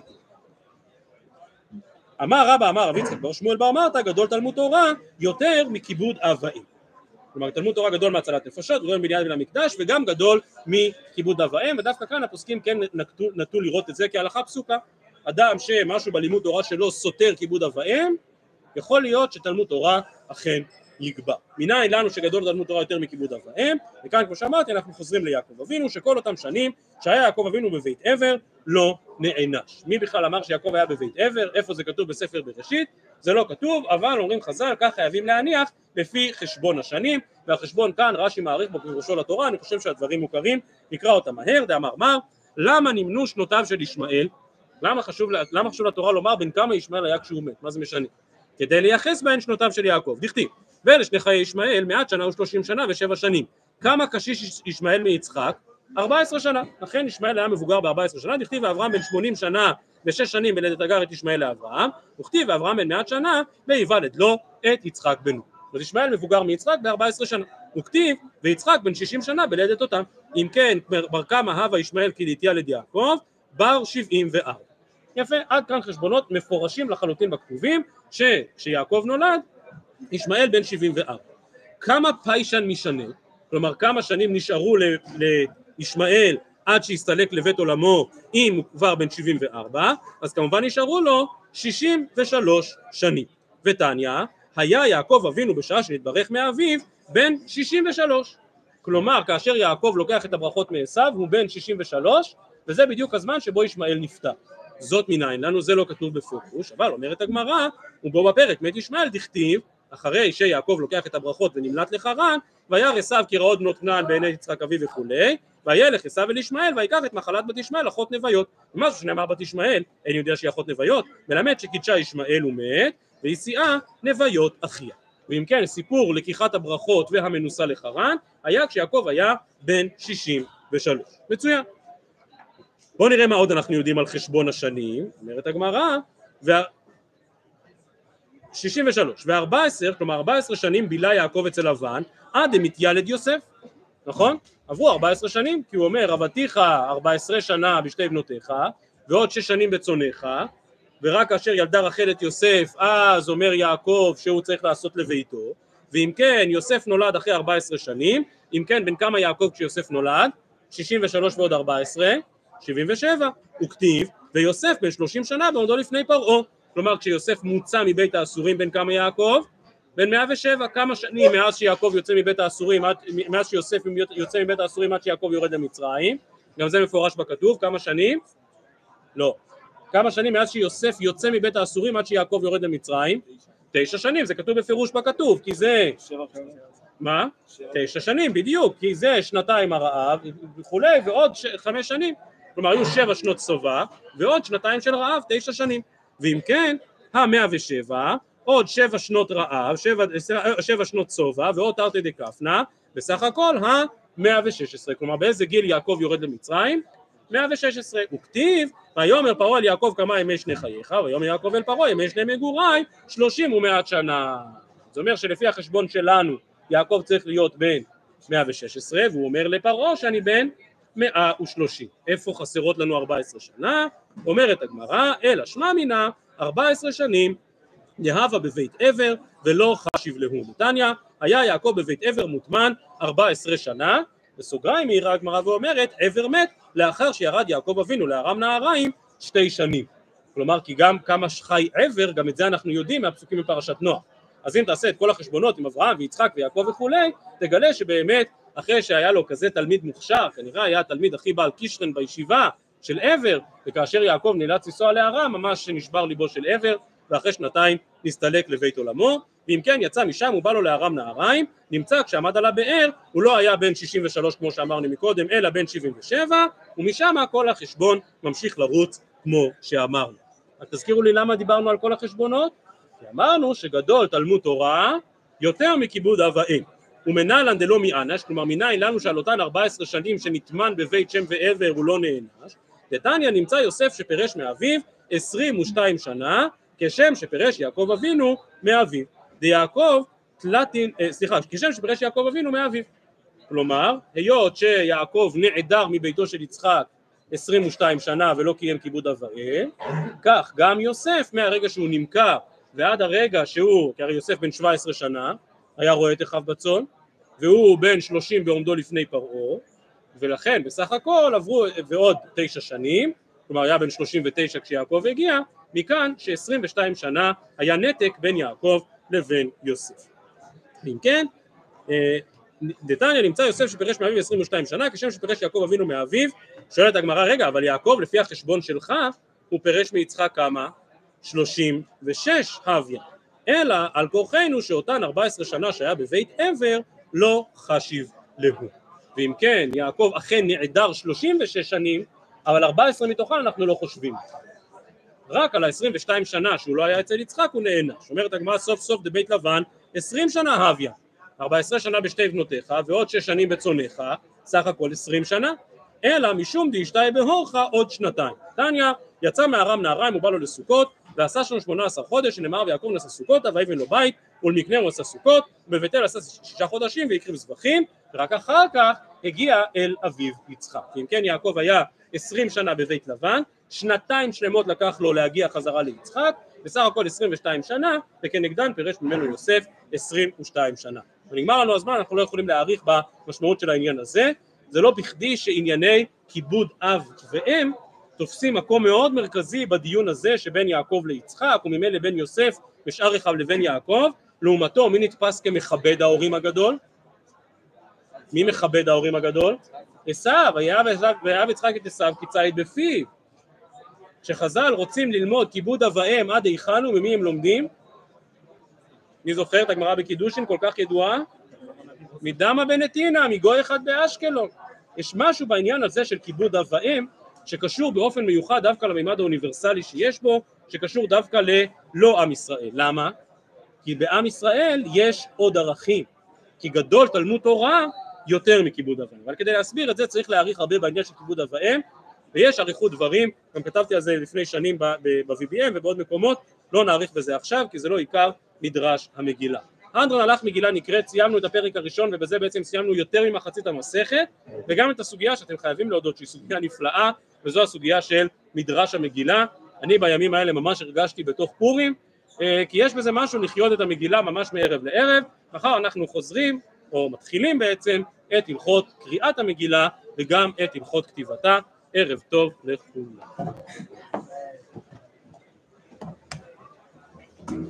אמר רבא אמר רב יצחק בר שמואל בר מרתא, גדול תלמוד תורה יותר מכיבוד אב ואם. כלומר תלמוד תורה גדול מהצלת נפשות, גדול מבניין בית המקדש וגם גדול מכיבוד אב ואם, ודווקא כאן הפוסקים כן נטו לראות את זה כהלכה פסוקה. אדם שמשהו בלימוד תורה שלו סותר כיבוד אב ואם, יכול להיות שתלמוד תורה אכן יגבר. מנין לנו שגדול תלמוד תורה יותר מכיבוד אב ואם, וכאן כמו שאמרתי אנחנו חוזרים ליעקב אבינו, שכל אותם שנים שהיה יעקב אבינו בבית עבר לא נענש. מי בכלל אמר שיעקב היה בבית עבר? איפה זה כתוב בספר בראשית? זה לא כתוב, אבל אומרים חז"ל כך חייבים להניח לפי חשבון השנים, והחשבון כאן רש"י מעריך בפירושו לתורה, אני חושב שהדברים מוכרים, נקרא אותם מהר. דאמר מר, למה נמנו שנותיו של ישמעאל? למה חשוב לתורה לומר בין כמה ישמעאל היה כשהוא מת? מה זה משנה? כדי לייחס בהן שנותיו של יעקב. דכתיב, ולשני חיי ישמעאל 100 שנה ו30 שנה ו7 שנים. כמה קשיש ישמעאל מיצחק? 14 שנה. לכן ישמעאל היה מבוגר ב14 שנה. דכתיב ואברהם בן 80 שנה ו6 שנים בלדת הגר את ישמעאל לאברהם, וכתיב ואברהם בן 100 שנה ויוולד לו את יצחק בנו. אז ישמעאל מבוגר מיצחק ב14 שנה. וכתיב ויצחק בן 60 שנה בלדת אותם. אם כן בר כמה הווה ישמעאל כי להתילד יעקב? בר 74. יפה, עד כאן חשבונות מפורשים לחלוטין בכתובים, שכשיעקב נולד, ישמעאל בן 74. כמה פיישן משנה, כלומר כמה שנים נשארו לישמעאל עד שהסתלק לבית עולמו אם הוא כבר בן 74, אז כמובן נשארו לו 63 שנים. ותניא, היה יעקב אבינו בשעה שנתברך מאביו בן 63. כלומר כאשר יעקב לוקח את הברכות מעשיו הוא בן 63, וזה בדיוק הזמן שבו ישמעאל נפטר. זאת מנין לנו, זה לא כתוב בפירוש, אבל אומרת הגמרא, ובו בפרק מת ישמעאל דכתיב, אחרי שיעקב לוקח את הברכות ונמלט לחרן, וירא עשיו כרעות בנות כנען בעיני יצחק אביו וכולי, וילך עשיו אל ישמעאל ויקח את מחלת בת ישמעאל אחות נוויות. ומשהו שנאמר בת ישמעאל, אין יודע שהיא אחות נוויות, מלמד שקידשה ישמעאל ומת, והסיעה נוויות אחיה. ואם כן, סיפור לקיחת הברכות והמנוסה לחרן, היה כשיעקב היה בן 63. מצוין. בואו נראה מה עוד אנחנו יודעים על חשבון השנים. אומרת הגמרא, 63 ו14, כלומר 14 שנים בילה יעקב אצל לבן עד דמתיילד יוסף, נכון? עברו 14 שנים, כי הוא אומר עבדתיך 14 שנה בשתי בנותיך ועוד 6 שנים בצונך, ורק כאשר ילדה רחל את יוסף, אז אומר יעקב שהוא צריך לעשות לביתו, ואם כן יוסף נולד אחרי 14 שנים, אם כן בן כמה יעקב כשיוסף נולד? 63 ועוד 14, 77, וכתיב ויוסף בן 30 שנה בעומדו לפני פרעה, כלומר כשיוסף מוצא מבית האסורים בן כמה יעקב? בן 107, כמה שנים מאז שיעקב יוצא מבית האסורים, מאז שיוסף יוצא מבית האסורים עד שיעקב יורד למצרים, גם זה מפורש בכתוב, כמה שנים? לא. כמה שנים מאז שיוסף יוצא מבית האסורים עד שיעקב יורד למצרים? 9 שנים, זה כתוב בפירוש בכתוב, כי זה... מה? 9 שנים, בדיוק, כי זה שנתיים הרעב וכולי, ועוד 5 שנים, כלומר היו 7 שנות סובה, ועוד 2 של רעב, 9 שנים, ואם כן, ה-107, עוד 7 שנות רעב, 7 שנות סובה, ועוד תרתי דקפנה, בסך הכל ה-116, כלומר באיזה גיל יעקב יורד למצרים? 116, וכתיב, ויאמר פרעה אל יעקב כמה ימי שני חייך, ויאמר יעקב אל פרעה ימי שני מגוריי 30 ו100 שנה. זאת אומרת שלפי החשבון שלנו, יעקב צריך להיות בן 116, והוא אומר לפרעה שאני בן 130. איפה חסרות לנו 14 שנה? אומרת הגמרא, אלא שמע מינה 14 שנים, יהבה בבית עבר ולא חשיב להו. נתניא, היה יעקב בבית עבר מוטמן 14 שנה, בסוגריים מעירה הגמרא ואומרת, עבר מת לאחר שירד יעקב אבינו לארם נהריים 2 שנים. כלומר, כי גם כמה חי עבר, גם את זה אנחנו יודעים מהפסוקים בפרשת נוח. אז אם תעשה את כל החשבונות עם אברהם ויצחק ויעקב וכולי, תגלה שבאמת אחרי שהיה לו כזה תלמיד מוכשר, כנראה היה התלמיד הכי בעל קישרן בישיבה של עבר, וכאשר יעקב נאלץ לנסוע לארם, ממש נשבר ליבו של עבר, ואחרי 2 נסתלק לבית עולמו, ואם כן יצא משם הוא בא לו לארם נהריים, נמצא כשעמד על הבאר, הוא לא היה בן 63 כמו שאמרנו מקודם, אלא בן 77, ומשם כל החשבון ממשיך לרוץ כמו שאמרנו. אז תזכירו לי למה דיברנו על כל החשבונות? כי אמרנו שגדול תלמוד תורה יותר מכיבוד אב ואם, ומנהלן דלא מאנש, כלומר מניין לנו שעל אותן 14 שנים שנטמן בבית שם ועבר הוא לא נענש, דתניא נמצא יוסף שפרש מאביו 22 שנה, כשם שפרש יעקב אבינו מאביו. דיעקב תלתין, כשם שפרש יעקב אבינו מאביו. כלומר, היות שיעקב נעדר מביתו של יצחק 22 שנה ולא קיים כיבוד אב ואם, כך גם יוסף מהרגע שהוא נמכר ועד הרגע שהוא, כי הרי יוסף בן 17 שנה, היה רועה את אחיו בצאן, והוא בן 30 בעומדו לפני פרעה, ולכן בסך הכל עברו ועוד 9 שנים, כלומר היה בן 39 כשיעקב הגיע, מכאן ש22 שנה היה נתק בין יעקב לבין יוסף. ואם כן, דתניא נמצא יוסף שפרש מאביו 22 שנה, כשם שפרש יעקב אבינו מאביו. שואלת הגמרא, רגע, אבל יעקב לפי החשבון שלך, הוא פרש מיצחק כמה? 36 הביא. אלא על כורחנו שאותן 14 שנה שהיה בבית עבר, לא חשיב להו. ואם כן, יעקב אכן נעדר 36 שנים, אבל 14 מתוכן אנחנו לא חושבים. רק על ה-22 שנה שהוא לא היה אצל יצחק הוא נענש. אומרת הגמרא סוף סוף דבית לבן 20 שנה הביא, 14 שנה בשתי בנותיך ועוד 6 שנים בצונך, סך הכל 20 שנה, אלא משום דאשתהי בהורך עוד 2. תניא, יצא מארם נהריים ובא לו לסוכות ועשה שם 18 חודש, שנאמר ויעקב נשא סוכות ויבן לו בית ולמקנה הוא עשה סוכות, ובבית אל עשה 6 חודשים והקריב זבחים, ורק אחר כך הגיע אל אביו יצחק. אם כן יעקב היה 20 שנה בבית לבן, 2 שלמות לקח לו להגיע חזרה ליצחק, בסך הכל 22 שנה, וכנגדן פירש ממנו יוסף 22 שנה. ונגמר לנו הזמן, אנחנו לא יכולים להעריך במשמעות של העניין הזה. זה לא בכדי שענייני כיבוד אב ואם תופסים מקום מאוד מרכזי בדיון הזה שבין יעקב ליצחק וממילא בין יוסף ושאר אחיו לבין יעקב. לעומתו מי נתפס כמכבד ההורים הגדול? מי מכבד ההורים הגדול? עשיו, ויאהב יצחק את עשיו כי ציד בפיו. כשחז"ל רוצים ללמוד כיבוד אב ואם עד היכן וממי הם לומדים? מי זוכר את הגמרא בקידושין כל כך ידועה? מדמה בנתינה, מגוי אחד באשקלון. יש משהו בעניין הזה של כיבוד אב ואם שקשור באופן מיוחד דווקא למימד האוניברסלי שיש בו, שקשור דווקא ללא עם ישראל. למה? כי בעם ישראל יש עוד ערכים, כי גדול תלמוד תורה יותר מכיבוד אב ואם. אבל כדי להסביר את זה צריך להעריך הרבה בעניין של כיבוד אב ואם, ויש עריכות דברים, גם כתבתי על זה לפני שנים ב-VBM ובעוד מקומות, לא נעריך בזה עכשיו כי זה לא עיקר מדרש המגילה. אנדרן הלך מגילה נקראת, סיימנו את הפרק הראשון ובזה בעצם סיימנו יותר ממחצית המסכת, וגם את הסוגיה שאתם חייבים להודות שהיא סוגיה נפלאה, וזו הסוגיה של מדרש המגילה. אני בימים האלה ממש הרגשתי בתוך פורים, כי יש בזה משהו לחיות את המגילה ממש מערב לערב. מחר אנחנו חוזרים, או מתחילים בעצם, את הלכות קריאת המגילה וגם את הלכות כתיבתה. ערב טוב לכולם.